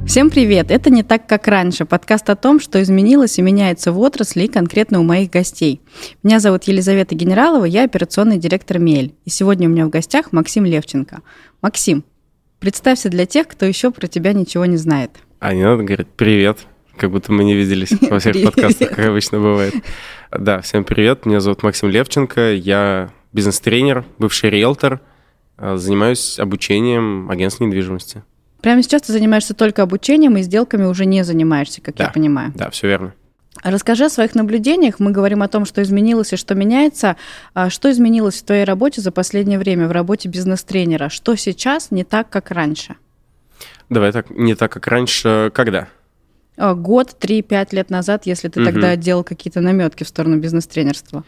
Всем привет! Это «Не так, как раньше» – подкаст о том, что изменилось и меняется в отрасли, и конкретно у моих гостей. Меня зовут Елизавета Генералова, я операционный директор МЕЛЬ. И сегодня у меня в гостях Максим Левченко. Максим, представься для тех, кто еще про тебя ничего не знает. А не надо говорить «привет», как будто мы не виделись во всех подкастах, как обычно бывает. Да, всем привет, меня зовут Максим Левченко, я бизнес-тренер, бывший риэлтор, занимаюсь обучением агентств недвижимости. Прямо сейчас ты занимаешься только обучением и сделками уже не занимаешься, как я понимаю. Да, все верно. Расскажи о своих наблюдениях. Мы говорим о том, что изменилось и что меняется. Что изменилось в твоей работе за последнее время, в работе бизнес-тренера? Что сейчас не так, как раньше? Давай так, не так, как раньше. Когда? Год, 3-5 лет назад, если ты тогда делал какие-то наметки в сторону бизнес-тренерства.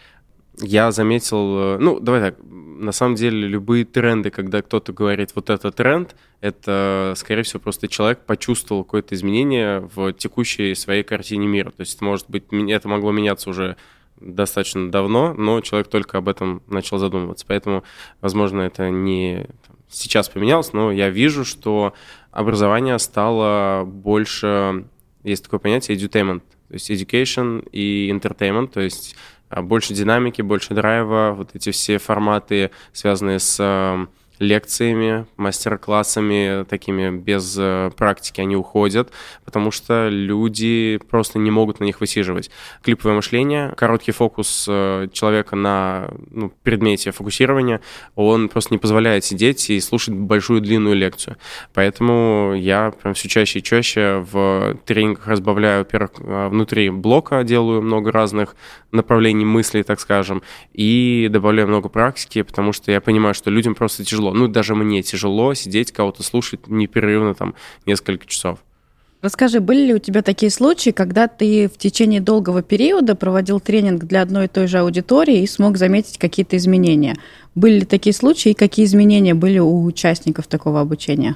Я заметил, давай так, на самом деле любые тренды, когда кто-то говорит вот это тренд, это, скорее всего, просто человек почувствовал какое-то изменение в текущей своей картине мира. То есть, может быть, это могло меняться уже достаточно давно, но человек только об этом начал задумываться. Поэтому, возможно, это не сейчас поменялось, но я вижу, что образование стало больше, есть такое понятие edutainment, то есть education и entertainment, то есть больше динамики, больше драйва, вот эти все форматы, связанные с лекциями, мастер-классами, такими без практики, они уходят, потому что люди просто не могут на них высиживать. Клиповое мышление, короткий фокус человека на предмете фокусирования, он просто не позволяет сидеть и слушать большую длинную лекцию. Поэтому я прям все чаще и чаще в тренингах разбавляю, во-первых, внутри блока делаю много разных направлений мыслей, так скажем, и добавляю много практики, потому что я понимаю, что людям просто тяжело. Даже мне тяжело сидеть, кого-то слушать непрерывно несколько часов. Расскажи, были ли у тебя такие случаи, когда ты в течение долгого периода проводил тренинг для одной и той же аудитории и смог заметить какие-то изменения? Были ли такие случаи и какие изменения были у участников такого обучения?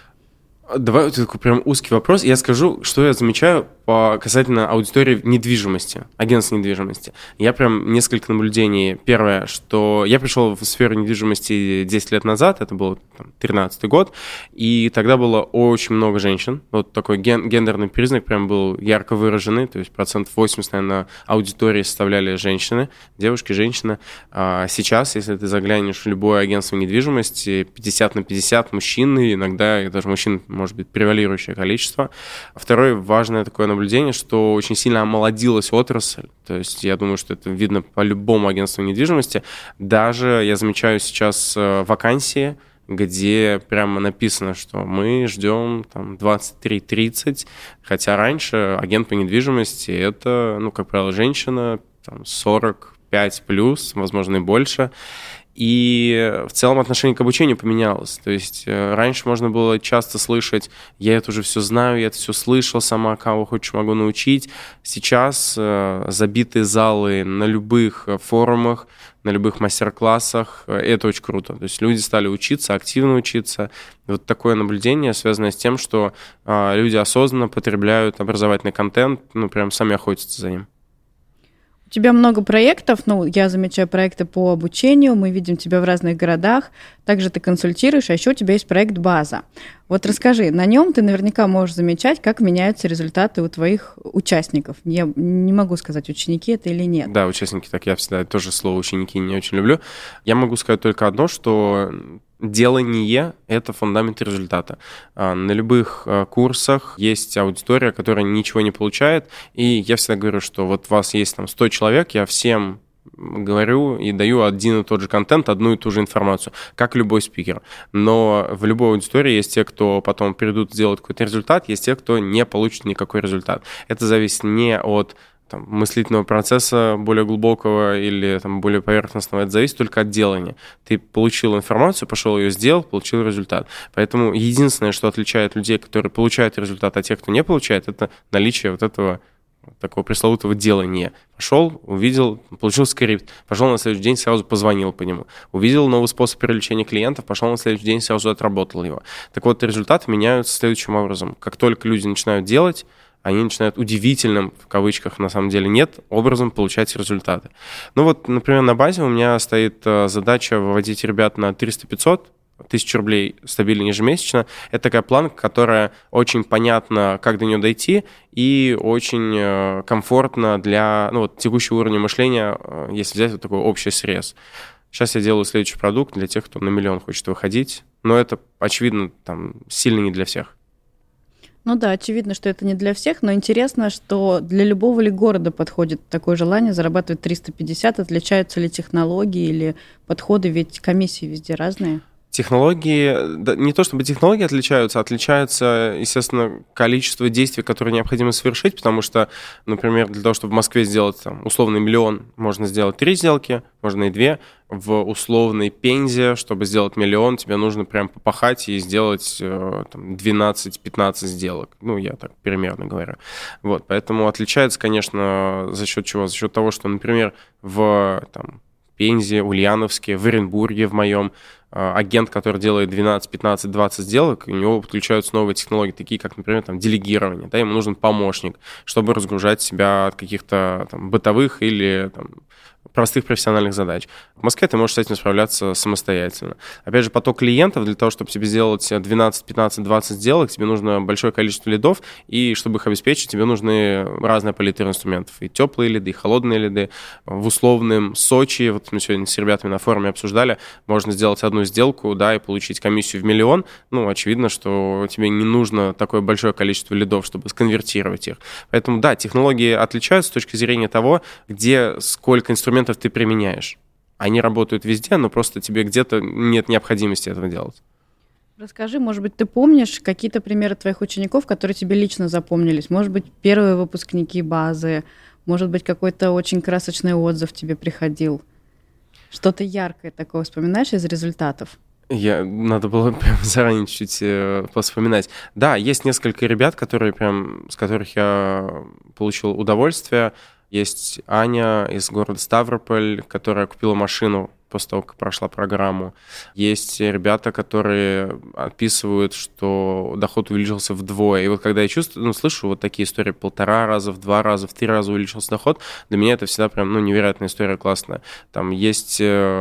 Давай вот такой прям узкий вопрос. Я скажу, что я замечаю касательно аудитории недвижимости, агентств недвижимости. Я прям несколько наблюдений. Первое, что я пришел в сферу недвижимости 10 лет назад, это был 13-й год, и тогда было очень много женщин. Вот такой гендерный признак прям был ярко выраженный, то есть 80%, наверное, аудитории составляли женщины, девушки, женщины. А сейчас, если ты заглянешь в любое агентство недвижимости, 50/50 мужчины, иногда даже мужчин может быть превалирующее количество. Второе важное такое наблюдение, что очень сильно омолодилась отрасль. То есть я думаю, что это видно по любому агентству недвижимости. Даже я замечаю сейчас вакансии, где прямо написано, что мы ждем 23-30, хотя раньше агент по недвижимости это, как правило, женщина 45+, возможно, и больше. И в целом отношение к обучению поменялось. То есть раньше можно было часто слышать: я это уже все знаю, я это все слышал сама, кого хочешь могу научить. Сейчас забитые залы на любых форумах, на любых мастер-классах, это очень круто. То есть люди стали учиться, активно учиться. Вот такое наблюдение, связанное с тем, что люди осознанно потребляют образовательный контент, прям сами охотятся за ним. У тебя много проектов, я замечаю проекты по обучению, мы видим тебя в разных городах, также ты консультируешь, а еще у тебя есть проект «База». Вот расскажи, на нем ты наверняка можешь замечать, как меняются результаты у твоих участников. Я не могу сказать, ученики это или нет. Да, участники, так я всегда тоже слово «ученики» не очень люблю. Я могу сказать только одно, что делание – это фундамент результата. На любых курсах есть аудитория, которая ничего не получает, и я всегда говорю, что вот у вас есть 100 человек, я всем говорю и даю один и тот же контент, одну и ту же информацию, как любой спикер. Но в любой аудитории есть те, кто потом придут сделать какой-то результат, есть те, кто не получит никакой результат. Это зависит не от мыслительного процесса более глубокого или более поверхностного, это зависит только от делания. Ты получил информацию, пошел ее сделал, получил результат. Поэтому единственное, что отличает людей, которые получают результат, от тех, кто не получает, это наличие вот этого такого пресловутого делания. Пошел, увидел, получил скрипт, пошел на следующий день, сразу позвонил по нему. Увидел новый способ привлечения клиентов, пошел на следующий день, сразу отработал его. Так вот, результаты меняются следующим образом. Как только люди начинают делать, они начинают удивительным, в кавычках, на самом деле нет, образом получать результаты. Например, на базе у меня стоит задача выводить ребят на 300-500 1000 рублей стабильно ежемесячно. Это такая планка, которая очень понятно, как до нее дойти, и очень комфортно для текущего уровня мышления, если взять вот такой общий срез. Сейчас я делаю следующий продукт для тех, кто на 1 миллион хочет выходить, но это, очевидно, там сильно не для всех. Ну да, очевидно, что это не для всех, но интересно, что для любого ли города подходит такое желание зарабатывать 350, отличаются ли технологии или подходы, ведь комиссии везде разные. Технологии, да, не то чтобы технологии отличаются, естественно, количество действий, которые необходимо совершить, потому что, например, для того, чтобы в Москве сделать там, условный 1 миллион, можно сделать 3 сделки, можно и 2. В условной Пензе, чтобы сделать 1 миллион, тебе нужно прям попахать и сделать 12-15 сделок. Ну, я так примерно говорю. Вот, поэтому отличается, конечно, за счет чего? За счет того, что, например, в Пензе, Ульяновске, в Оренбурге в моем агент, который делает 12, 15, 20 сделок, у него подключаются новые технологии, такие как, например, делегирование. Да, ему нужен помощник, чтобы разгружать себя от каких-то бытовых или простых профессиональных задач. В Москве ты можешь с этим справляться самостоятельно. Опять же, поток клиентов, для того, чтобы тебе сделать 12, 15, 20 сделок, тебе нужно большое количество лидов, и чтобы их обеспечить, тебе нужны разные палитры инструментов. И теплые лиды, и холодные лиды. В условном Сочи, вот мы сегодня с ребятами на форуме обсуждали, можно сделать одну сделку, да, и получить комиссию в 1 миллион. Ну, очевидно, что тебе не нужно такое большое количество лидов, чтобы сконвертировать их. Поэтому, да, технологии отличаются с точки зрения того, где сколько инструментов ты применяешь. Они работают везде, но просто тебе где-то нет необходимости этого делать. Расскажи, может быть, ты помнишь какие-то примеры твоих учеников, которые тебе лично запомнились? Может быть, первые выпускники базы, может быть, какой-то очень красочный отзыв тебе приходил? Что-то яркое такое вспоминаешь из результатов? Надо было прям заранее чуть-чуть поспоминать. Да, есть несколько ребят, с которых я получил удовольствие. Есть Аня из города Ставрополь, которая купила машину после того, как прошла программу. Есть ребята, которые описывают, что доход увеличился вдвое. И вот когда я слышу вот такие истории, 1,5 раза, в 2 раза, в 3 раза увеличился доход, для меня это всегда прям, невероятная история, классная. Там есть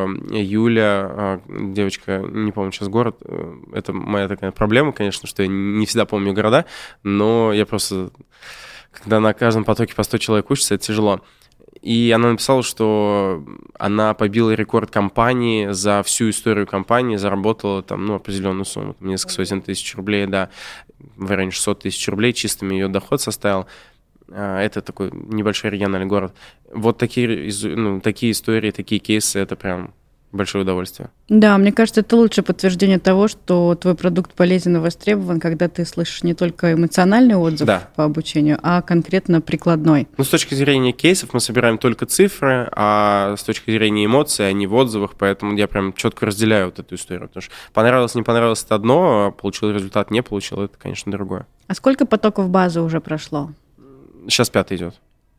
Юля, девочка, не помню сейчас город, это моя такая проблема, конечно, что я не всегда помню города, но я просто... Когда на каждом потоке по 100 человек учатся, это тяжело. И она написала, что она побила рекорд компании, за всю историю компании заработала определенную сумму, несколько сотен тысяч рублей, да, в районе 600 тысяч рублей, чистыми ее доход составил. Это такой небольшой региональный город. Вот такие истории, такие кейсы, это прям большое удовольствие. Да, мне кажется, это лучшее подтверждение того, что твой продукт полезен и востребован, когда ты слышишь не только эмоциональный отзыв по обучению, а конкретно прикладной. С точки зрения кейсов мы собираем только цифры, а с точки зрения эмоций они в отзывах, поэтому я прям четко разделяю вот эту историю. Потому что понравилось, не понравилось — это одно, а получил результат, не получил — это, конечно, другое. А сколько потоков базы уже прошло? Сейчас 5-й идет.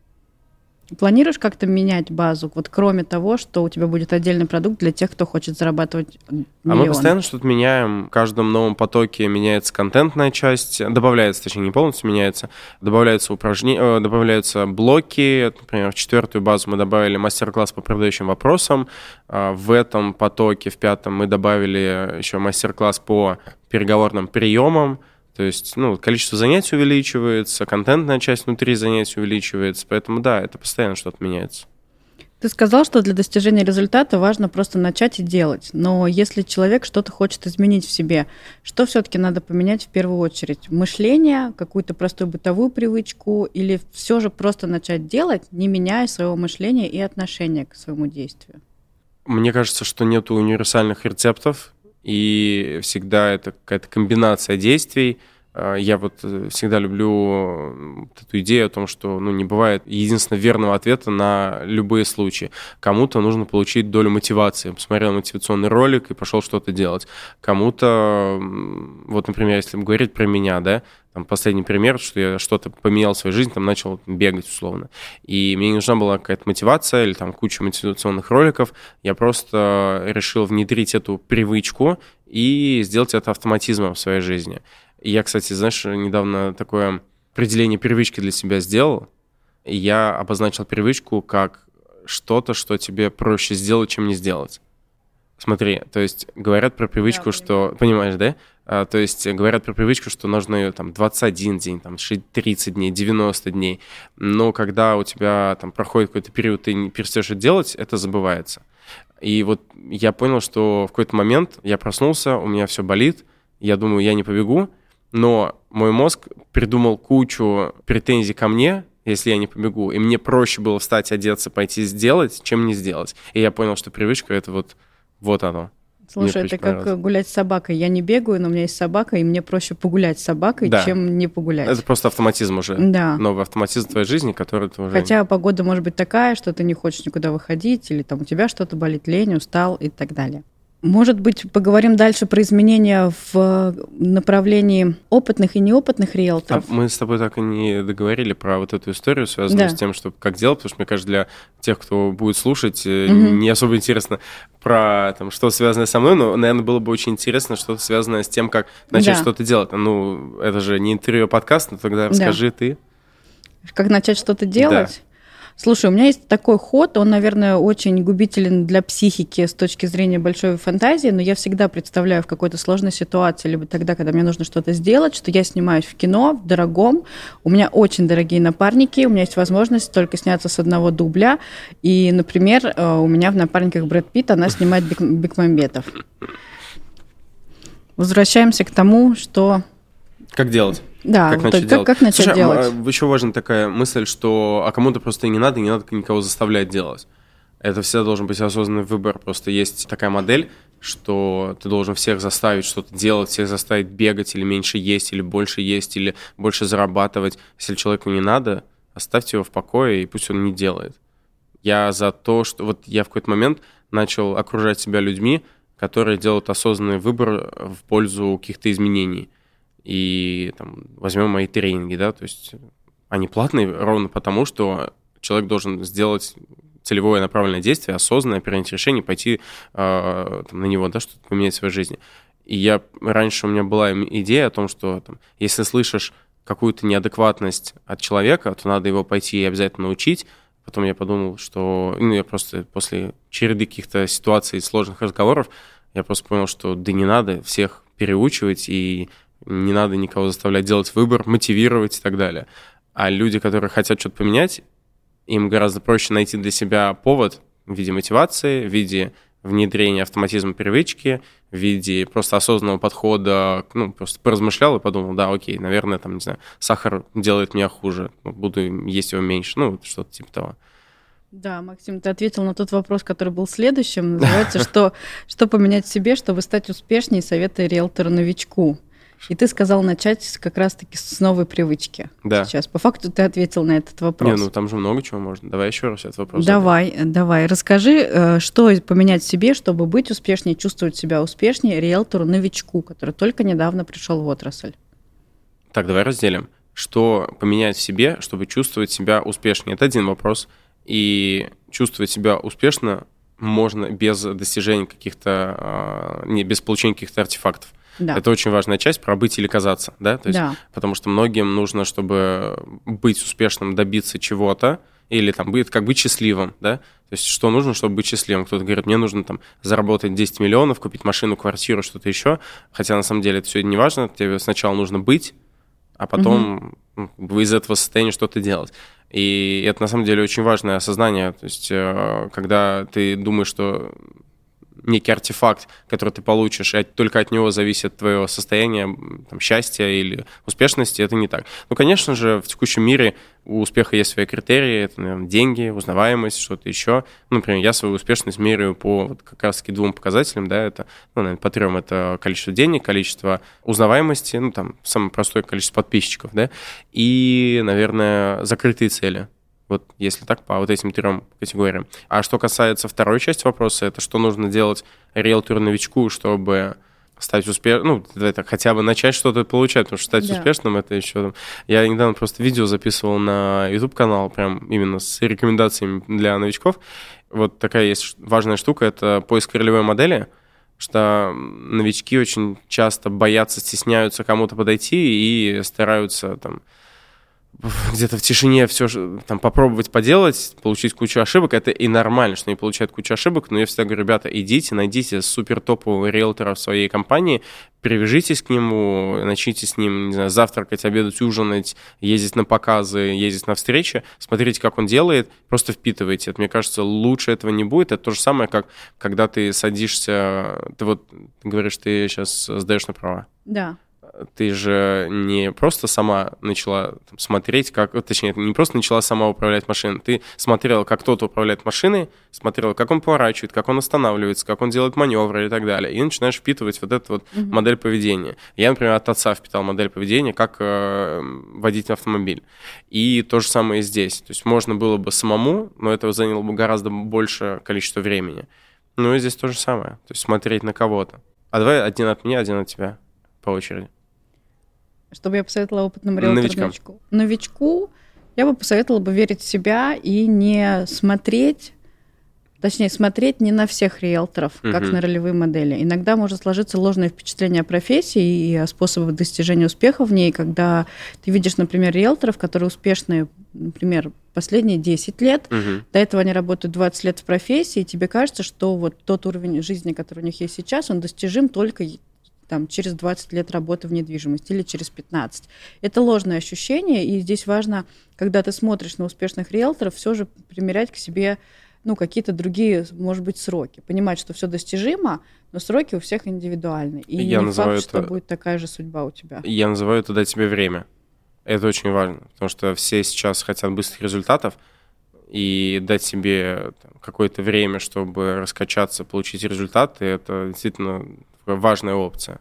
Планируешь как-то менять базу, вот кроме того, что у тебя будет отдельный продукт для тех, кто хочет зарабатывать миллион? А мы постоянно что-то меняем. В каждом новом потоке меняется контентная часть, добавляется, точнее, не полностью меняется, добавляются упражнения, добавляются блоки. Например, в 4-ю базу мы добавили мастер-класс по продающим вопросам. В этом потоке, в 5-м, мы добавили еще мастер-класс по переговорным приемам. То есть, количество занятий увеличивается, контентная часть внутри занятий увеличивается, поэтому, да, это постоянно что-то меняется. Ты сказал, что для достижения результата важно просто начать и делать, но если человек что-то хочет изменить в себе, что все-таки надо поменять в первую очередь? Мышление, какую-то простую бытовую привычку или все же просто начать делать, не меняя своего мышления и отношения к своему действию? Мне кажется, что нет универсальных рецептов, и всегда это какая-то комбинация действий. Я вот всегда люблю эту идею о том, что не бывает единственно верного ответа на любые случаи. Кому-то нужно получить долю мотивации. Посмотрел мотивационный ролик и пошел что-то делать. Кому-то, вот, например, если говорить про меня, да, последний пример, что я что-то поменял в своей жизни, начал бегать условно. И мне не нужна была какая-то мотивация или куча мотивационных роликов. Я просто решил внедрить эту привычку и сделать это автоматизмом в своей жизни. И я, кстати, знаешь, недавно такое определение привычки для себя сделал. И я обозначил привычку как что-то, что тебе проще сделать, чем не сделать. Смотри, то есть говорят про привычку, что... Понимаешь, да? То есть говорят про привычку, что нужно ее там 21 день, там 30 дней, 90 дней. Но когда у тебя там проходит какой-то период, ты не перестаешь это делать, это забывается. И вот я понял, что в какой-то момент я проснулся, у меня все болит, я думаю, я не побегу, но мой мозг придумал кучу претензий ко мне, если я не побегу. И мне проще было встать, одеться, пойти сделать, чем не сделать. И я понял, что привычка — это вот оно. Слушай, это как гулять с собакой. Я не бегаю, но у меня есть собака, и мне проще погулять с собакой, чем не погулять. Это просто автоматизм уже. Да. Новый автоматизм твоей жизни, который ты уже... Хотя погода может быть такая, что ты не хочешь никуда выходить, или там у тебя что-то болит, лень, устал и так далее. Может быть, поговорим дальше про изменения в направлении опытных и неопытных риэлторов? Мы с тобой так и не договорили про вот эту историю, связанную с тем, что как делать, потому что, мне кажется, для тех, кто будет слушать, не особо интересно про там, что связано со мной, но, наверное, было бы очень интересно что-то связанное с тем, как начать что-то делать. Ну, это же не интервью, а подкаст, но тогда расскажи ты. Как начать что-то делать? Да. Слушай, у меня есть такой ход, он, наверное, очень губителен для психики с точки зрения большой фантазии, но я всегда представляю в какой-то сложной ситуации, либо тогда, когда мне нужно что-то сделать, что я снимаюсь в кино, в дорогом, у меня очень дорогие напарники, у меня есть возможность только сняться с одного дубля, и, например, у меня в напарниках Брэд Питт, она снимает Бекмамбетов. Возвращаемся к тому, что... Как делать? Да, как начать делать? Как начать делать? Еще важна такая мысль, что кому-то просто и не надо никого заставлять делать. Это всегда должен быть осознанный выбор. Просто есть такая модель, что ты должен всех заставить что-то делать, всех заставить бегать или меньше есть, или больше зарабатывать. Если человеку не надо, оставьте его в покое, и пусть он не делает. Я за то, что... Вот я в какой-то момент начал окружать себя людьми, которые делают осознанный выбор в пользу каких-то изменений. И там, возьмем мои тренинги, да, то есть они платные ровно потому, что человек должен сделать целевое направленное действие, осознанное, принять решение, пойти на него, да, что-то поменять в своей жизни. И раньше у меня была идея о том, что там, если слышишь какую-то неадекватность от человека, то надо его пойти и обязательно научить. Потом я подумал, что... я просто после череды каких-то ситуаций, сложных разговоров, я просто понял, что да не надо всех переучивать и не надо никого заставлять делать выбор, мотивировать и так далее. А люди, которые хотят что-то поменять, им гораздо проще найти для себя повод в виде мотивации, в виде внедрения автоматизма привычки, в виде просто осознанного подхода, просто поразмышлял и подумал, да, окей, наверное, там, не знаю, сахар делает меня хуже, буду есть его меньше, что-то типа того. Да, Максим, ты ответил на тот вопрос, который был следующим, называется, что поменять в себе, чтобы стать успешнее, советы риэлтору-новичку. И ты сказал начать как раз-таки с новой привычки. Да. Сейчас. По факту ты ответил на этот вопрос. Там же много чего можно. Давай еще раз этот вопрос. Давай. Расскажи, что поменять в себе, чтобы быть успешнее, чувствовать себя успешнее риэлтору-новичку, который только недавно пришел в отрасль. Так, давай разделим. Что поменять в себе, чтобы чувствовать себя успешнее? Это один вопрос. И чувствовать себя успешно можно без достижения каких-то, без получения каких-то артефактов. Да. Это очень важная часть про быть или казаться, да? То есть, потому что многим нужно, чтобы быть успешным, добиться чего-то, или там быть счастливым, да? То есть что нужно, чтобы быть счастливым? Кто-то говорит, мне нужно там заработать 10 миллионов, купить машину, квартиру, что-то еще, хотя на самом деле это все не важно, тебе сначала нужно быть, а потом из этого состояния что-то делать. И это на самом деле очень важное осознание, то есть когда ты думаешь, что некий артефакт, который ты получишь, и только от него зависит твое состояние там, счастья или успешности, это не так. Конечно же, в текущем мире у успеха есть свои критерии, это, наверное, деньги, узнаваемость, что-то еще. Например, я свою успешность меряю по как раз-таки 2 показателям, да, это, наверное, по 3, это количество денег, количество узнаваемости, самое простое количество подписчиков, да, и, наверное, закрытые цели. Вот если так, по вот этим 3 категориям. А что касается второй части вопроса, это что нужно делать риэлтору-новичку, чтобы стать успешным, это хотя бы начать что-то получать, потому что стать успешным, это еще... Я недавно просто видео записывал на YouTube-канал, прям именно с рекомендациями для новичков. Вот такая есть важная штука, это поиск ролевой модели, что новички очень часто боятся, стесняются кому-то подойти и стараются там где-то в тишине все там попробовать поделать, получить кучу ошибок, это и нормально, что они получают кучу ошибок, но я всегда говорю, ребята, идите, найдите супер топового риэлтора в своей компании, привяжитесь к нему, начните с ним, не знаю, завтракать, обедать, ужинать, ездить на показы, ездить на встречи, смотрите, как он делает, просто впитывайте. Это, мне кажется, лучше этого не будет. Это то же самое, как когда ты садишься, ты говоришь, ты сейчас сдаешь на права. Да. Ты же не просто сама начала смотреть, точнее, не просто начала сама управлять машиной, ты смотрела, как кто-то управляет машиной, смотрела, как он поворачивает, как он останавливается, как он делает маневры и так далее, и начинаешь впитывать вот эту вот модель поведения. Я, например, от отца впитал модель поведения, как водить автомобиль. И то же самое и здесь. То есть можно было бы самому, но это заняло бы гораздо больше количество времени. Ну и здесь то же самое. То есть смотреть на кого-то. А давай один от меня, один от тебя по очереди. Чтобы я посоветовала опытному риэлтору новичку, я бы посоветовала бы верить в себя и не смотреть, точнее, смотреть не на всех риэлторов, как на ролевые модели. Иногда может сложиться ложное впечатление о профессии и о способах достижения успеха в ней, когда ты видишь, например, риэлторов, которые успешны, например, последние 10 лет, до этого они работают 20 лет в профессии, и тебе кажется, что вот тот уровень жизни, который у них есть сейчас, он достижим только там, через 20 лет работы в недвижимости или через 15. Это ложное ощущение, и здесь важно, когда ты смотришь на успешных риэлторов, все же примерять к себе какие-то другие, может быть, сроки. Понимать, что все достижимо, но сроки у всех индивидуальны. И не факт, что будет такая же судьба у тебя. Я называю это «дать себе время». Это очень важно, потому что все сейчас хотят быстрых результатов, и дать себе какое-то время, чтобы раскачаться, получить результаты, это действительно важная опция.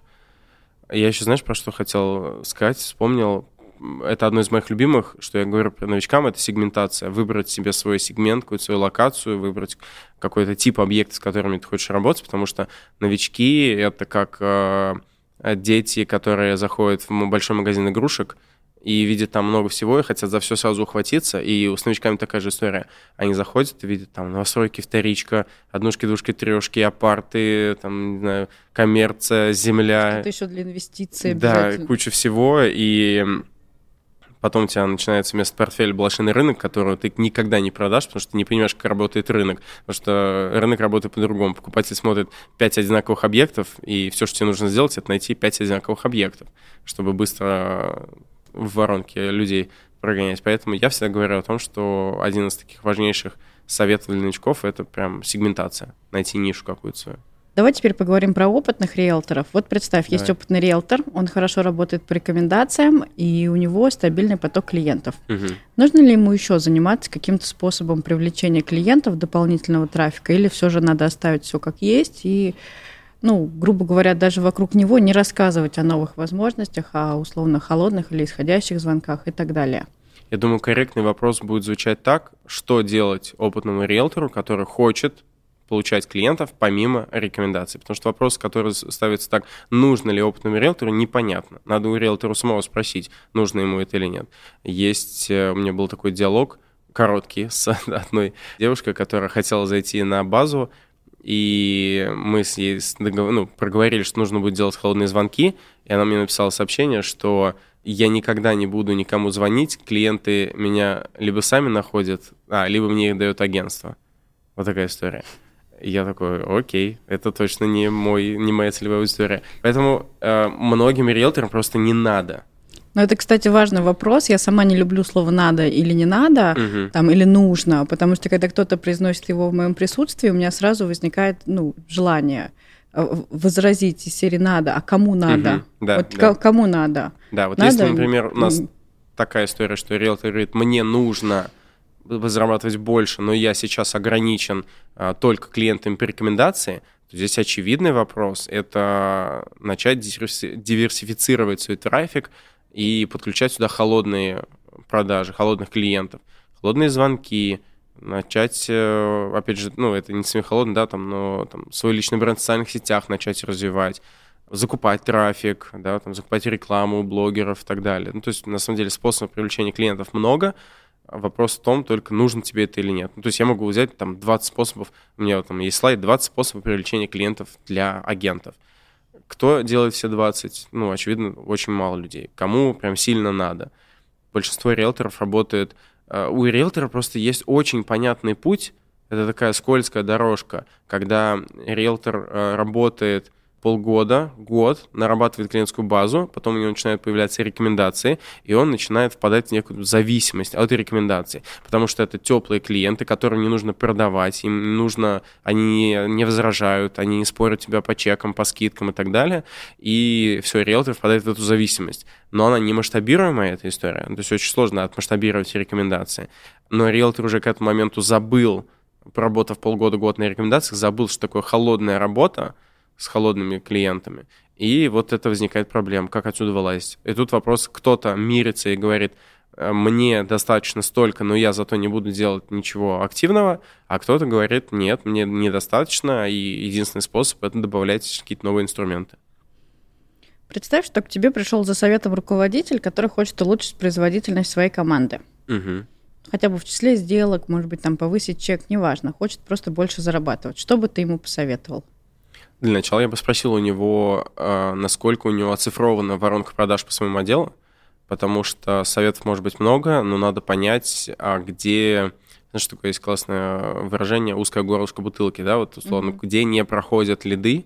Я еще, знаешь, про что хотел сказать, вспомнил. Это одно из моих любимых, что я говорю про новичкам, это сегментация. Выбрать себе свой сегмент, какую-то свою локацию, выбрать какой-то тип объекта, с которыми ты хочешь работать, потому что новички — это как дети, которые заходят в большой магазин игрушек, и видят там много всего, и хотят за все сразу ухватиться. И с новичками такая же история. Они заходят и видят там новостройки, вторичка, однушки, двушки, трешки, апарты, там, не знаю, коммерция, земля. Это еще для инвестиций. Да, куча всего. И потом у тебя начинается вместо портфеля блошиный рынок, которого ты никогда не продашь, потому что ты не понимаешь, как работает рынок. Потому что рынок работает по-другому. Покупатель смотрит 5 одинаковых объектов, и все, что тебе нужно сделать, это найти 5 одинаковых объектов, чтобы быстро в воронке людей прогонять. Поэтому я всегда говорю о том, что один из таких важнейших советов для новичков — это прям сегментация, найти нишу какую-то свою. Давай теперь поговорим про опытных риэлторов. Вот представь, есть опытный риэлтор, он хорошо работает по рекомендациям, и у него стабильный поток клиентов. Нужно ли ему еще заниматься каким-то способом привлечения клиентов, дополнительного трафика, или все же надо оставить все как есть и, грубо говоря, даже вокруг него не рассказывать о новых возможностях, о условно холодных или исходящих звонках и так далее? Я думаю, корректный вопрос будет звучать так: что делать опытному риэлтору, который хочет получать клиентов помимо рекомендаций? Потому что вопрос, который ставится так: нужно ли опытному риэлтору, непонятно. Надо у риэлтора самого спросить, нужно ему это или нет. У меня был такой диалог короткий с одной девушкой, которая хотела зайти на базу, и мы с ней проговорили, что нужно будет делать холодные звонки, и она мне написала сообщение, что я никогда не буду никому звонить, клиенты меня либо сами находят, либо мне их дает агентство. Вот такая история. И я такой: окей, это точно не моя целевая аудитория. Поэтому многим риэлторам просто не надо. Но это, кстати, важный вопрос. Я сама не люблю слово «надо» или «не надо», или «нужно», потому что когда кто-то произносит его в моем присутствии, у меня сразу возникает желание возразить из серии «надо», а кому надо? Кому надо? Да, вот надо? Если, например, у нас такая история, что риэлтор говорит: мне нужно зарабатывать больше, но я сейчас ограничен только клиентами по рекомендации, то здесь очевидный вопрос – это начать диверсифицировать свой трафик и подключать сюда холодные продажи, холодных клиентов, холодные звонки, начать, опять же, это не совсем холодно, но свой личный бренд в социальных сетях начать развивать, закупать трафик, закупать рекламу у блогеров и так далее. То есть, на самом деле, способов привлечения клиентов много. Вопрос в том, только нужно тебе это или нет. То есть я могу взять 20 способов, у меня есть слайд, 20 способов привлечения клиентов для агентов. Кто делает все 20? Очевидно, очень мало людей. Кому прям сильно надо. большинство риэлторов работает... У риэлтора просто есть очень понятный путь, это такая скользкая дорожка, когда риэлтор работает полгода, год, нарабатывает клиентскую базу, потом у него начинают появляться рекомендации, и он начинает впадать в некую зависимость от рекомендаций, потому что это теплые клиенты, которым не нужно продавать, им не нужно, они не возражают, они не спорят тебя по чекам, по скидкам и так далее, и все, риэлтор впадает в эту зависимость. Но она не масштабируемая, эта история, то есть очень сложно отмасштабировать рекомендации, но риэлтор уже к этому моменту забыл, проработав полгода-год на рекомендациях, забыл, что такое холодная работа с холодными клиентами. И вот это возникает проблема, как отсюда вылазить. И тут вопрос, кто-то мирится и говорит, мне достаточно столько, но я зато не буду делать ничего активного, а кто-то говорит, нет, мне недостаточно, и единственный способ — это добавлять какие-то новые инструменты. Представь, что к тебе пришел за советом руководитель, который хочет улучшить производительность своей команды. Угу. Хотя бы в числе сделок, может быть, там повысить чек, неважно, хочет просто больше зарабатывать. Что бы ты ему посоветовал? Для начала я бы спросил у него, насколько у него оцифрована воронка продаж по своему отделу, потому что советов может быть много, но надо понять, где, знаешь, такое есть классное выражение, узкое горлышко бутылки, да, вот условно, где не проходят лиды,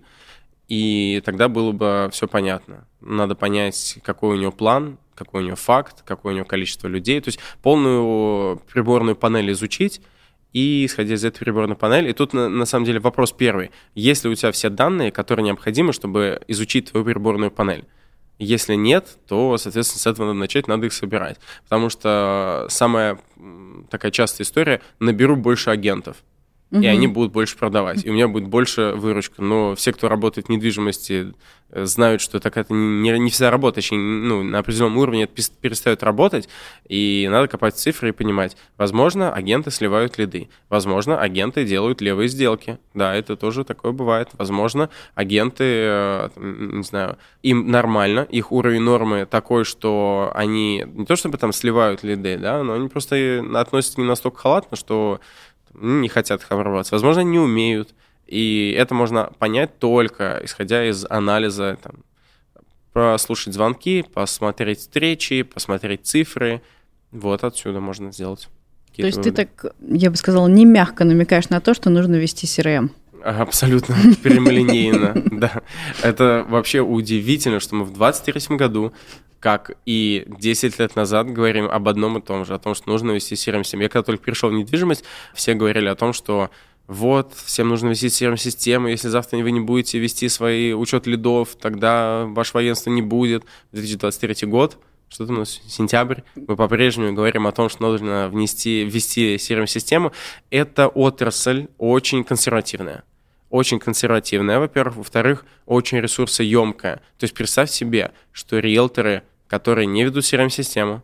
и тогда было бы все понятно. Надо понять, какой у него план, какой у него факт, какое у него количество людей, то есть полную приборную панель изучить, и исходя из этой приборной панели, и тут на самом деле вопрос первый. Есть ли у тебя все данные, которые необходимы, чтобы изучить твою приборную панель? Если нет, то, соответственно, с этого надо начать, надо их собирать. Потому что самая такая частая история — наберу больше агентов, и они будут больше продавать, и у меня будет больше выручка. Но все, кто работает в недвижимости, знают, что так это не вся работа, точнее, на определенном уровне это перестает работать, и надо копать цифры и понимать, возможно, агенты сливают лиды, возможно, агенты делают левые сделки, да, это тоже такое бывает, возможно, агенты, не знаю, им нормально, их уровень нормы такой, что они не то чтобы там сливают лиды, да, но они просто относятся не настолько халатно, что не хотят их обрабатывать. Возможно, они не умеют. И это можно понять только исходя из анализа, там, прослушать звонки, посмотреть встречи, посмотреть цифры. Вот отсюда можно сделать. То есть выводы. Ты так, я бы сказала, не мягко намекаешь на то, что нужно вести CRM. Абсолютно прямолинейно, да. Это вообще удивительно, что мы в 2023 году, как и 10 лет назад, говорим об одном и том же, о том, что нужно вести CRM-систему. Я когда только пришел в недвижимость, все говорили о том, что вот, всем нужно вести CRM-систему, если завтра вы не будете вести свои учет лидов, тогда вашего агентства не будет. 2023 год, что там у нас, сентябрь, мы по-прежнему говорим о том, что нужно ввести CRM-систему. Это отрасль очень консервативная. Очень консервативная, во-первых. Во-вторых, очень ресурсоемкая. То есть представь себе, что риэлторы, которые не ведут CRM-систему,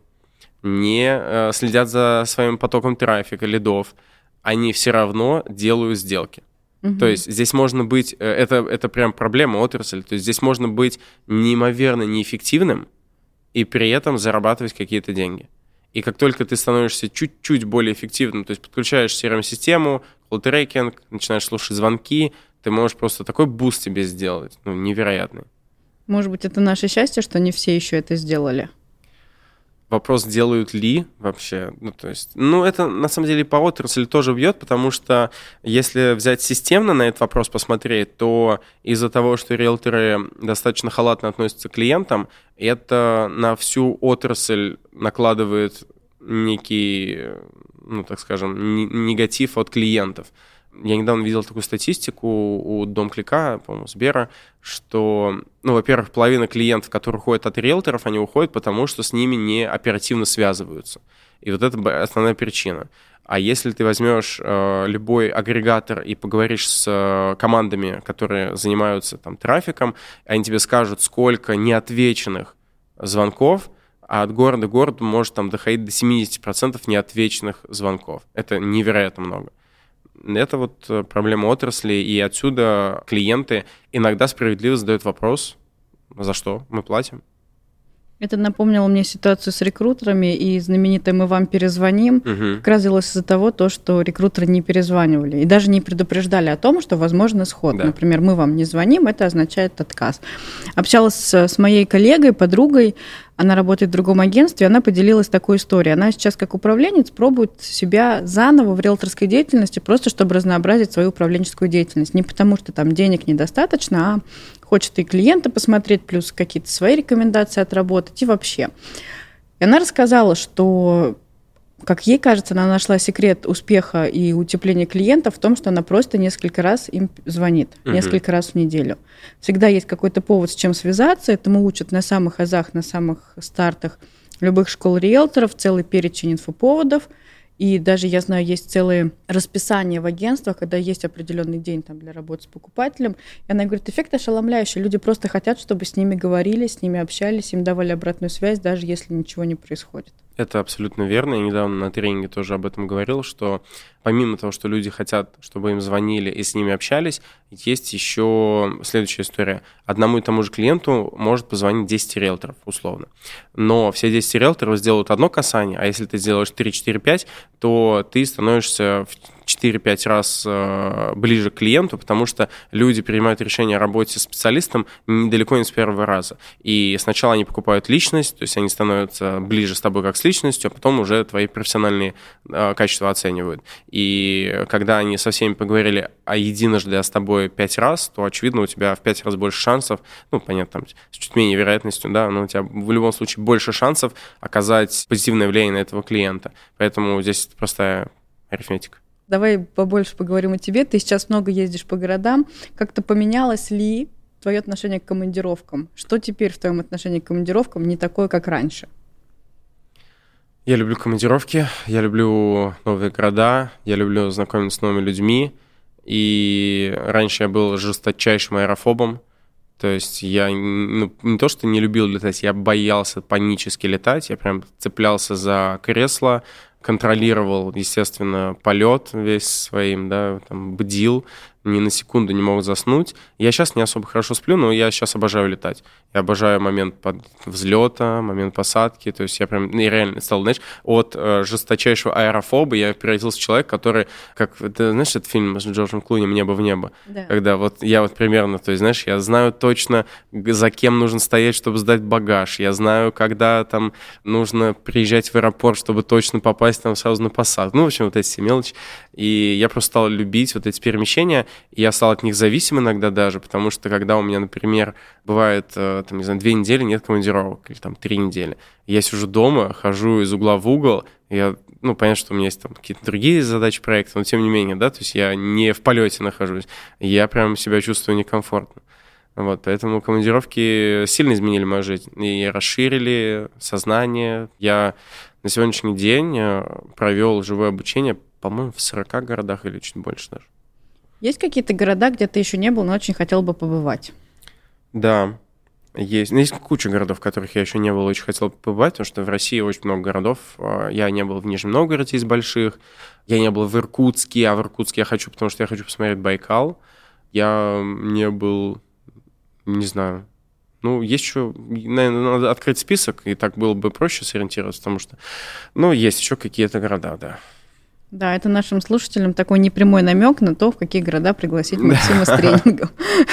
не следят за своим потоком трафика, лидов, они все равно делают сделки. То есть здесь можно быть, это прям проблема отрасли, то есть здесь можно быть неимоверно неэффективным и при этом зарабатывать какие-то деньги. И как только ты становишься чуть-чуть более эффективным, то есть подключаешь CRM-систему, колл-трекинг, начинаешь слушать звонки, ты можешь просто такой буст себе сделать, невероятный. Может быть, это наше счастье, что не все еще это сделали? Вопрос, делают ли вообще, это на самом деле по отрасли тоже бьет, потому что если взять системно на этот вопрос посмотреть, то из-за того, что риэлторы достаточно халатно относятся к клиентам, это на всю отрасль накладывает некий, так скажем, негатив от клиентов. Я недавно видел такую статистику у Домклика, по-моему, Сбера, что, во-первых, половина клиентов, которые уходят от риэлторов, они уходят, потому что с ними не оперативно связываются. И вот это основная причина. А если ты возьмешь любой агрегатор и поговоришь с командами, которые занимаются там трафиком, они тебе скажут, сколько неотвеченных звонков, а от города к городу может там доходить до 70% неотвеченных звонков. Это невероятно много. Это вот проблема отрасли, и отсюда клиенты иногда справедливо задают вопрос, за что мы платим. Это напомнило мне ситуацию с рекрутерами и знаменитое «Мы вам перезвоним». Как раз делалось из-за того, что рекрутеры не перезванивали и даже не предупреждали о том, что возможен исход. Да. Например, «Мы вам не звоним», это означает отказ. Общалась с моей коллегой, подругой, она работает в другом агентстве, она поделилась такой историей. Она сейчас как управленец пробует себя заново в риэлторской деятельности, просто чтобы разнообразить свою управленческую деятельность. Не потому, что там денег недостаточно, а хочет и клиента посмотреть, плюс какие-то свои рекомендации отработать и вообще. И она рассказала, что, как ей кажется, она нашла секрет успеха и утепления клиента в том, что она просто несколько раз им звонит, несколько раз в неделю. Всегда есть какой-то повод, с чем связаться. Этому учат на самых азах, на самых стартах любых школ риэлторов, целый перечень инфоповодов. И даже, я знаю, есть целые расписания в агентствах, когда есть определенный день там, для работы с покупателем. И она говорит, эффект ошеломляющий. Люди просто хотят, чтобы с ними говорили, с ними общались, им давали обратную связь, даже если ничего не происходит. Это абсолютно верно. Я недавно на тренинге тоже об этом говорил, что помимо того, что люди хотят, чтобы им звонили и с ними общались, есть еще следующая история. Одному и тому же клиенту может позвонить 10 риэлторов, условно. Но все 10 риэлторов сделают одно касание, а если ты сделаешь 3, 4, 5, то ты становишься в 4-5 раз ближе к клиенту, потому что люди принимают решение о работе с специалистом далеко не с первого раза. И сначала они покупают личность, то есть они становятся ближе с тобой как с личностью, а потом уже твои профессиональные качества оценивают. И когда они со всеми поговорили единожды с тобой 5 раз, то, очевидно, у тебя в 5 раз больше шансов, ну, понятно, там, с чуть менее вероятностью, да, но у тебя в любом случае больше шансов оказать позитивное влияние на этого клиента. Поэтому здесь простая арифметика. Давай побольше поговорим о тебе. Ты сейчас много ездишь по городам. Как-то поменялось ли твое отношение к командировкам? Что теперь в твоем отношении к командировкам не такое, как раньше? Я люблю командировки, я люблю новые города, я люблю знакомиться с новыми людьми. И раньше я был жесточайшим аэрофобом. То есть я не то, что не любил летать, я боялся панически летать. Я прям цеплялся за кресло, контролировал, естественно, полет весь своим, да, там, бдил, ни на секунду не мог заснуть. Я сейчас не особо хорошо сплю, но я сейчас обожаю летать. Я обожаю момент взлета, момент посадки. То есть я прям реально стал, знаешь, от жесточайшего аэрофоба я превратился в человека, который, как, ты знаешь, этот фильм с Джорджем Клуни «Небо в небо»? Да. Когда вот я вот примерно, то есть, знаешь, я знаю точно, за кем нужно стоять, чтобы сдать багаж. Я знаю, когда там нужно приезжать в аэропорт, чтобы точно попасть там сразу на посадку. Ну, в общем, вот эти все мелочи. И я просто стал любить вот эти перемещения. И я стал от них зависим иногда даже, потому что когда у меня, например, бывает, там, не знаю, 2 недели нет командировок, или там 3 недели, я сижу дома, хожу из угла в угол, я, ну, понятно, что у меня есть там какие-то другие задачи проекта, но тем не менее, да, то есть я не в полете нахожусь, я прям себя чувствую некомфортно. Вот, поэтому командировки сильно изменили мою жизнь и расширили сознание. Я на сегодняшний день провел живое обучение, по-моему, в 40 городах или чуть больше даже. Есть какие-то города, где ты еще не был, но очень хотел бы побывать? Да, есть. Ну, есть куча городов, в которых я еще не был, очень хотел бы побывать, потому что в России очень много городов. Я не был в Нижнем Новгороде из больших, я не был в Иркутске, а в Иркутске я хочу, потому что я хочу посмотреть Байкал. Я не был, не знаю, ну, есть еще, наверное, надо открыть список, и так было бы проще сориентироваться, потому что, ну, есть еще какие-то города, да. Да, это нашим слушателям такой непрямой намек на то, в какие города пригласить Максима с тренингом.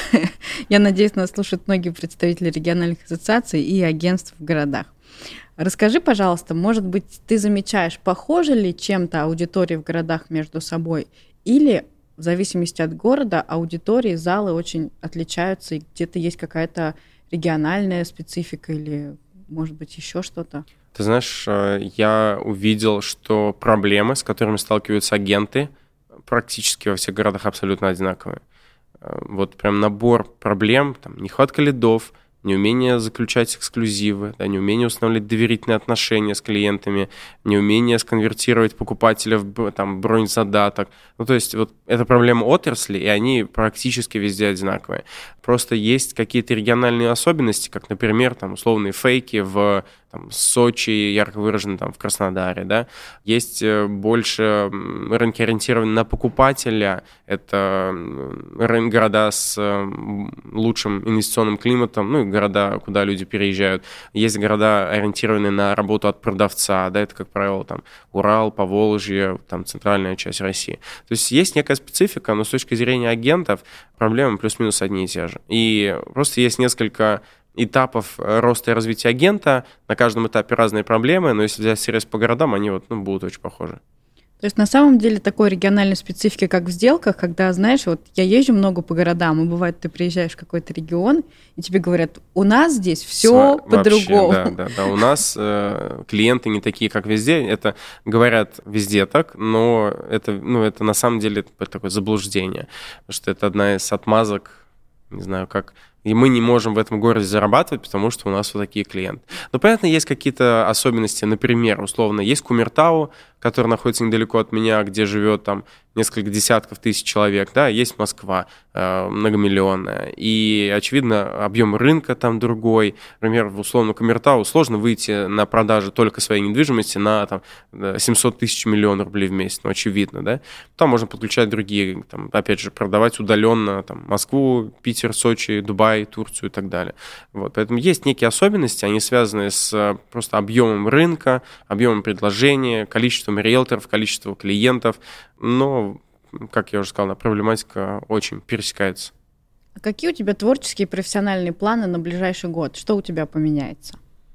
Я надеюсь, нас слушают многие представители региональных ассоциаций и агентств в городах. Расскажи, пожалуйста, может быть, ты замечаешь, похожи ли чем-то аудитории в городах между собой, или в зависимости от города аудитории, залы очень отличаются, и где-то есть какая-то региональная специфика или, может быть, еще что-то? Ты знаешь, я увидел, что проблемы, с которыми сталкиваются агенты, практически во всех городах абсолютно одинаковые. Вот прям набор проблем, там, нехватка лидов, неумение заключать эксклюзивы, да, неумение устанавливать доверительные отношения с клиентами, неумение сконвертировать покупателя в там, бронезадаток. Ну, то есть вот это проблема отрасли, и они практически везде одинаковые. Просто есть какие-то региональные особенности, как, например, там, условные фейки в там, Сочи ярко выражены там, в Краснодаре, да. Есть больше рынки, ориентированные на покупателя, это города с лучшим инвестиционным климатом, ну и города, куда люди переезжают. Есть города, ориентированные на работу от продавца, да, это, как правило, там, Урал, Поволжье, там, центральная часть России. То есть есть некая специфика, но с точки зрения агентов проблемы плюс-минус одни и те же. И просто есть несколько этапов роста и развития агента, на каждом этапе разные проблемы, но если взять сервис по городам, они вот, будут очень похожи. То есть на самом деле такой региональной специфики, как в сделках, когда, знаешь, вот я езжу много по городам, и бывает, ты приезжаешь в какой-то регион, и тебе говорят, у нас здесь все по-другому. Да, у нас клиенты не такие, как везде. Это говорят везде так, но это на самом деле такое заблуждение, потому что это одна из отмазок, не знаю, как... И мы не можем в этом городе зарабатывать, потому что у нас вот такие клиенты. Но, понятно, есть какие-то особенности. Например, условно, есть Кумертау, который находится недалеко от меня, где живет там несколько десятков тысяч человек, да, есть Москва многомиллионная, и, очевидно, объем рынка там другой. Например, в условно Кумертау сложно выйти на продажу только своей недвижимости на там, 700 тысяч миллионов рублей в месяц, очевидно, да. Там можно подключать другие, там, опять же, продавать удаленно там, Москву, Питер, Сочи, Дубай, Турцию и так далее. Вот. Поэтому есть некие особенности, они связаны с просто объемом рынка, объемом предложения, количеством риэлторов, количеством клиентов, но, как я уже сказал, проблематика очень пересекается. А какие у тебя творческие и профессиональные планы на ближайший год? Что у тебя поменяется?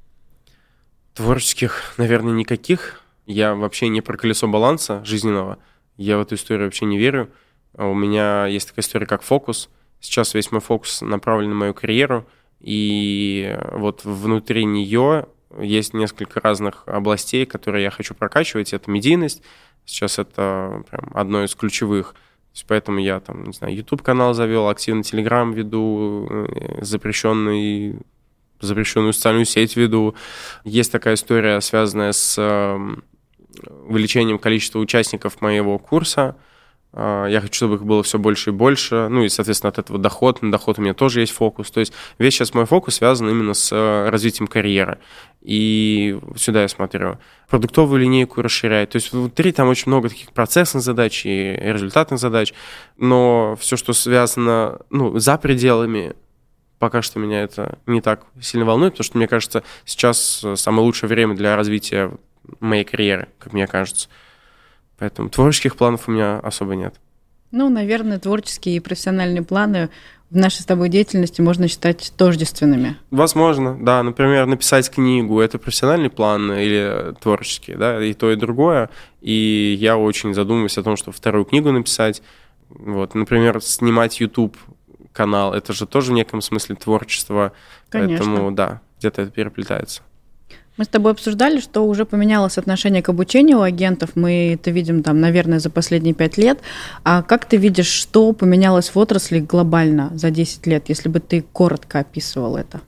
Творческих, наверное, никаких. Я вообще не про колесо баланса жизненного. Я в эту историю вообще не верю. У меня есть такая история, как фокус. Сейчас весь мой фокус направлен на мою карьеру. И вот внутри нее есть несколько разных областей, которые я хочу прокачивать. Это медийность. Сейчас это прям одно из ключевых. То есть поэтому я там, не знаю, YouTube-канал завел, активно Telegram веду, запрещенную социальную сеть веду. Есть такая история, связанная с увеличением количества участников моего курса. Я хочу, чтобы их было все больше и больше. Ну и, соответственно, от этого доход. На доход у меня тоже есть фокус. То есть весь сейчас мой фокус связан именно с развитием карьеры. И сюда я смотрю. Продуктовую линейку расширять. То есть внутри там очень много таких процессных задач и результатных задач. Но все, что связано за пределами, пока что меня это не так сильно волнует, потому что, мне кажется, сейчас самое лучшее время для развития моей карьеры, как мне кажется. Поэтому творческих планов у меня особо нет. Наверное, творческие и профессиональные планы в нашей с тобой деятельности можно считать тождественными. Возможно, да. Например, написать книгу – это профессиональный план или творческий, да, и то, и другое. И я очень задумываюсь о том, чтобы вторую книгу написать. Вот, например, снимать YouTube-канал – это же тоже в неком смысле творчество. Конечно. Поэтому, да, где-то это переплетается. Мы с тобой обсуждали, что уже поменялось отношение к обучению у агентов. Мы это видим, там, наверное, за последние 5 лет. А как ты видишь, что поменялось в отрасли глобально за 10 лет, если бы ты коротко описывал это?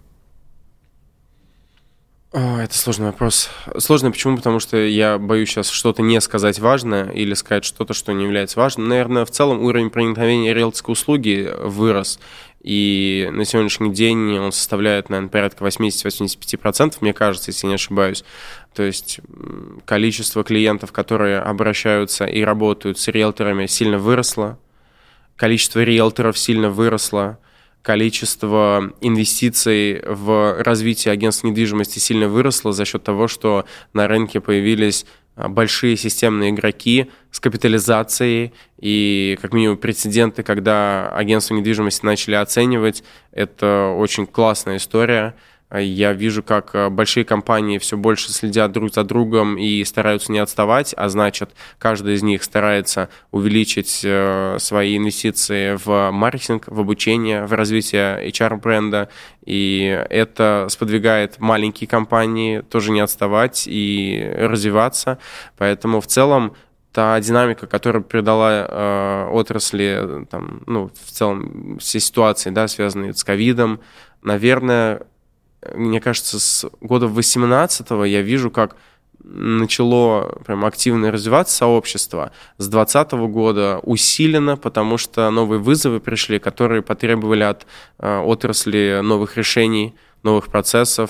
Это сложный вопрос. Сложный почему? Потому что я боюсь сейчас что-то не сказать важное или сказать что-то, что не является важным. Наверное, в целом уровень проникновения риэлторской услуги вырос. И на сегодняшний день он составляет, наверное, порядка 80-85%, мне кажется, если не ошибаюсь. То есть количество клиентов, которые обращаются и работают с риэлторами, сильно выросло. Количество риэлторов сильно выросло. Количество инвестиций в развитие агентств недвижимости сильно выросло за счет того, что на рынке появились большие системные игроки с капитализацией и, как минимум, прецеденты, когда агентства недвижимости начали оценивать. Это очень классная история. Я вижу, как большие компании все больше следят друг за другом и стараются не отставать, а значит, каждый из них старается увеличить свои инвестиции в маркетинг, в обучение, в развитие HR-бренда, и это сподвигает маленькие компании тоже не отставать и развиваться. Поэтому в целом та динамика, которая придала отрасли, в целом все ситуации, да, связанные с ковидом, наверное, мне кажется, с года 18-го я вижу, как начало прям активно развиваться сообщество. С 2020 года усиленно, потому что новые вызовы пришли, которые потребовали от отрасли новых решений, новых процессов.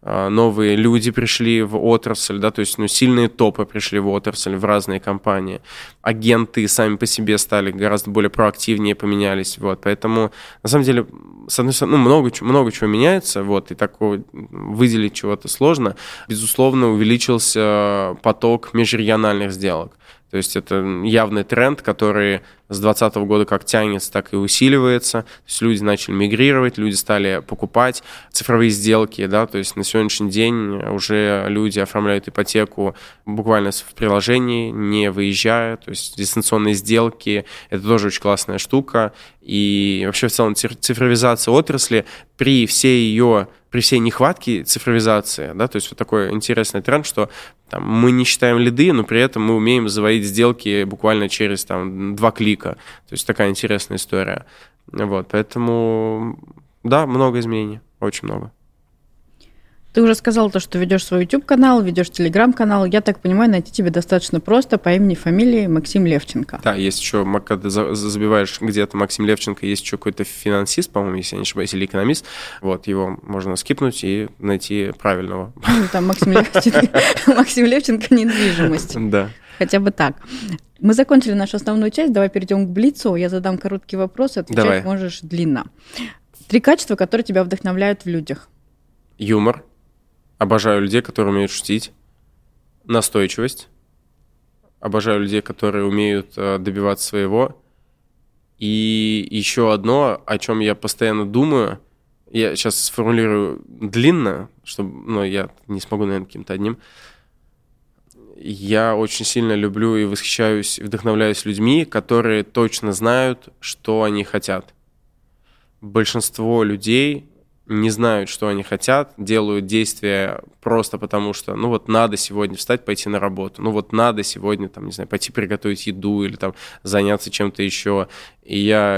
новые люди пришли в отрасль, да, то есть, сильные топы пришли в отрасль, в разные компании. Агенты сами по себе стали гораздо более проактивнее, поменялись, вот. Поэтому, на самом деле, с одной стороны, много чего меняется, вот, и такого выделить чего-то сложно. Безусловно, увеличился поток межрегиональных сделок. То есть это явный тренд, который с 2020 года как тянется, так и усиливается. То есть люди начали мигрировать, люди стали покупать цифровые сделки, да, то есть на сегодняшний день уже люди оформляют ипотеку буквально в приложении, не выезжая, то есть дистанционные сделки – это тоже очень классная штука. И вообще в целом цифровизация отрасли при всей нехватке цифровизации, да, то есть вот такой интересный тренд, что там, мы не считаем лиды, но при этом мы умеем заводить сделки буквально через 2 клика. То есть такая интересная история. Вот, поэтому, да, много изменений, очень много. Ты уже сказал то, что ведешь свой YouTube-канал, ведешь Telegram-канал. Я так понимаю, найти тебя достаточно просто по имени, фамилии Максим Левченко. Да, есть еще, когда забиваешь где-то Максим Левченко, есть еще какой-то финансист, по-моему, если я не ошибаюсь, или экономист. Вот, его можно скипнуть и найти правильного. Там Максим Левченко недвижимость. Да. Хотя бы так. Мы закончили нашу основную часть, давай перейдем к блицу. Я задам короткий вопрос, отвечать можешь длинно. 3 качества, которые тебя вдохновляют в людях. Юмор. Обожаю людей, которые умеют шутить. Настойчивость. Обожаю людей, которые умеют добиваться своего. И еще одно, о чем я постоянно думаю, я сейчас сформулирую длинно, чтобы, я не смогу, наверное, каким-то одним. Я очень сильно люблю и восхищаюсь, вдохновляюсь людьми, которые точно знают, что они хотят. Большинство людей не знают, что они хотят, делают действия просто потому, что, надо сегодня встать, пойти на работу, надо сегодня, пойти приготовить еду или заняться чем-то еще. И я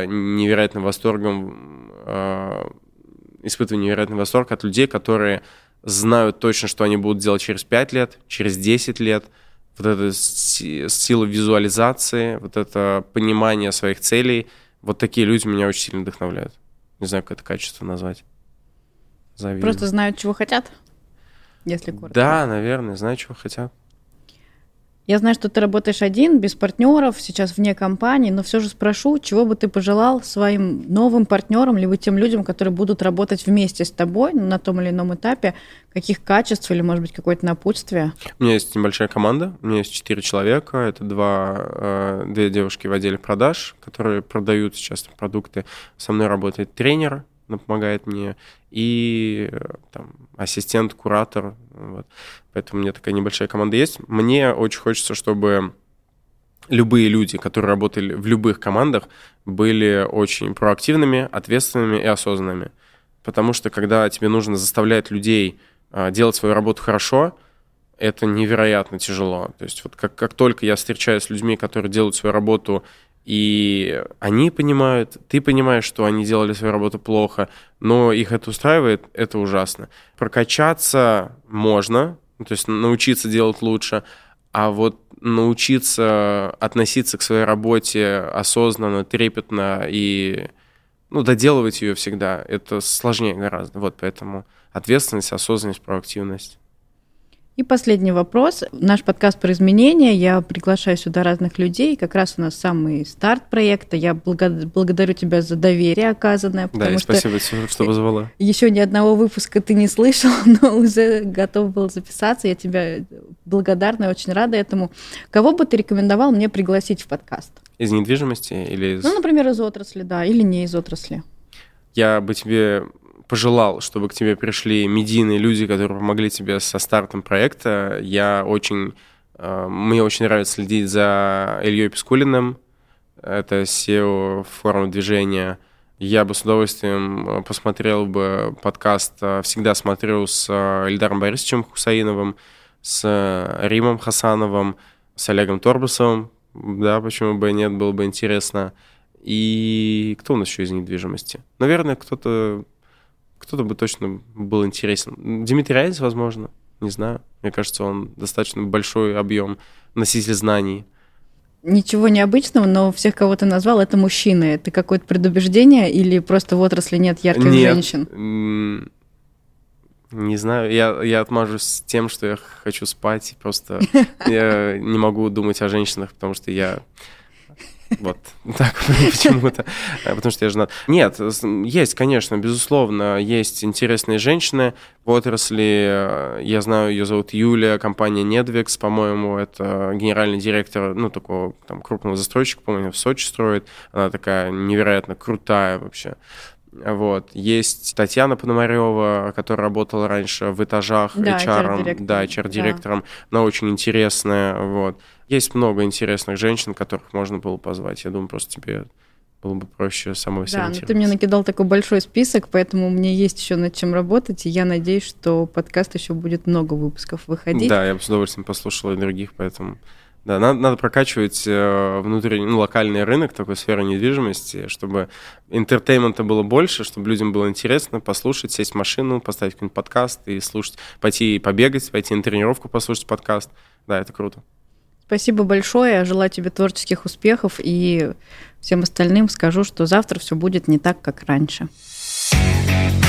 испытываю невероятный восторг от людей, которые знают точно, что они будут делать через 5 лет, через 10 лет. Вот эта сила визуализации, вот это понимание своих целей, вот такие люди меня очень сильно вдохновляют. Не знаю, как это качество назвать. Завидую. Просто знают, чего хотят, если коротко. Да, наверное, знают, чего хотят. Я знаю, что ты работаешь один, без партнеров, сейчас вне компании, но все же спрошу, чего бы ты пожелал своим новым партнерам, либо тем людям, которые будут работать вместе с тобой на том или ином этапе, каких качеств или, может быть, какое-то напутствие? У меня есть небольшая команда, у меня есть 4 человека, это 2 девушки в отделе продаж, которые продают сейчас продукты. Со мной работает тренер, она помогает мне, и ассистент, куратор. Вот. Поэтому у меня такая небольшая команда есть. Мне очень хочется, чтобы любые люди, которые работали в любых командах, были очень проактивными, ответственными и осознанными. Потому что когда тебе нужно заставлять людей делать свою работу хорошо, это невероятно тяжело. То есть вот как только я встречаюсь с людьми, которые делают свою работу, и они понимают, ты понимаешь, что они делали свою работу плохо, но их это устраивает, это ужасно. Прокачаться можно, то есть научиться делать лучше, а вот научиться относиться к своей работе осознанно, трепетно и доделывать ее всегда, это сложнее гораздо. Вот поэтому ответственность, осознанность, проактивность. И последний вопрос. Наш подкаст про изменения. Я приглашаю сюда разных людей. Как раз у нас самый старт проекта. Я благодарю тебя за доверие оказанное. Да, и спасибо, что позвала. Еще ни одного выпуска ты не слышал, но уже готов был записаться. Я тебе благодарна и очень рада этому. Кого бы ты рекомендовал мне пригласить в подкаст? Из недвижимости или из... например, из отрасли, да, или не из отрасли. Я бы тебе пожелал, чтобы к тебе пришли медийные люди, которые помогли тебе со стартом проекта. Мне очень нравится следить за Ильей Пискулиным. Это SEO форума движения. Я бы с удовольствием посмотрел бы подкаст, всегда смотрю с Ильдаром Борисовичем Хусаиновым, с Римом Хасановым, с Олегом Торбусовым. Да, почему бы и нет, было бы интересно. И кто у нас еще из недвижимости? Наверное, кто-то бы точно был интересен. Дмитрий Айс, возможно, не знаю. Мне кажется, он достаточно большой объем, носитель знаний. Ничего необычного, но всех, кого ты назвал, это мужчины. Это какое-то предубеждение или просто в отрасли нет ярких женщин? Не знаю, я отмажусь тем, что я хочу спать, просто я не могу думать о женщинах, потому что я вот так почему-то, потому что я женат. Нет, есть, конечно, безусловно, есть интересные женщины в отрасли. Я знаю, ее зовут Юлия, компания Nedvex, по-моему, это генеральный директор, ну, такого там крупного застройщика, по-моему, в Сочи строит. Она такая невероятно крутая вообще. Вот. Есть Татьяна Пономарева, которая работала раньше в этажах HR-директором. Да, HR-директором. Она очень интересная. Вот. Есть много интересных женщин, которых можно было позвать. Я думаю, просто тебе было бы проще самой сориентироваться. Да, но ты мне накидал такой большой список, поэтому у меня есть еще над чем работать, и я надеюсь, что подкаст еще будет много выпусков выходить. Да, я бы с удовольствием послушал и других, поэтому... Да, надо прокачивать внутренний, локальный рынок такой сферы недвижимости, чтобы интертеймента было больше, чтобы людям было интересно послушать, сесть в машину, поставить какой-нибудь подкаст и слушать, пойти побегать, пойти на тренировку, послушать подкаст. Да, это круто. Спасибо большое. Я желаю тебе творческих успехов, и всем остальным скажу, что завтра все будет не так, как раньше.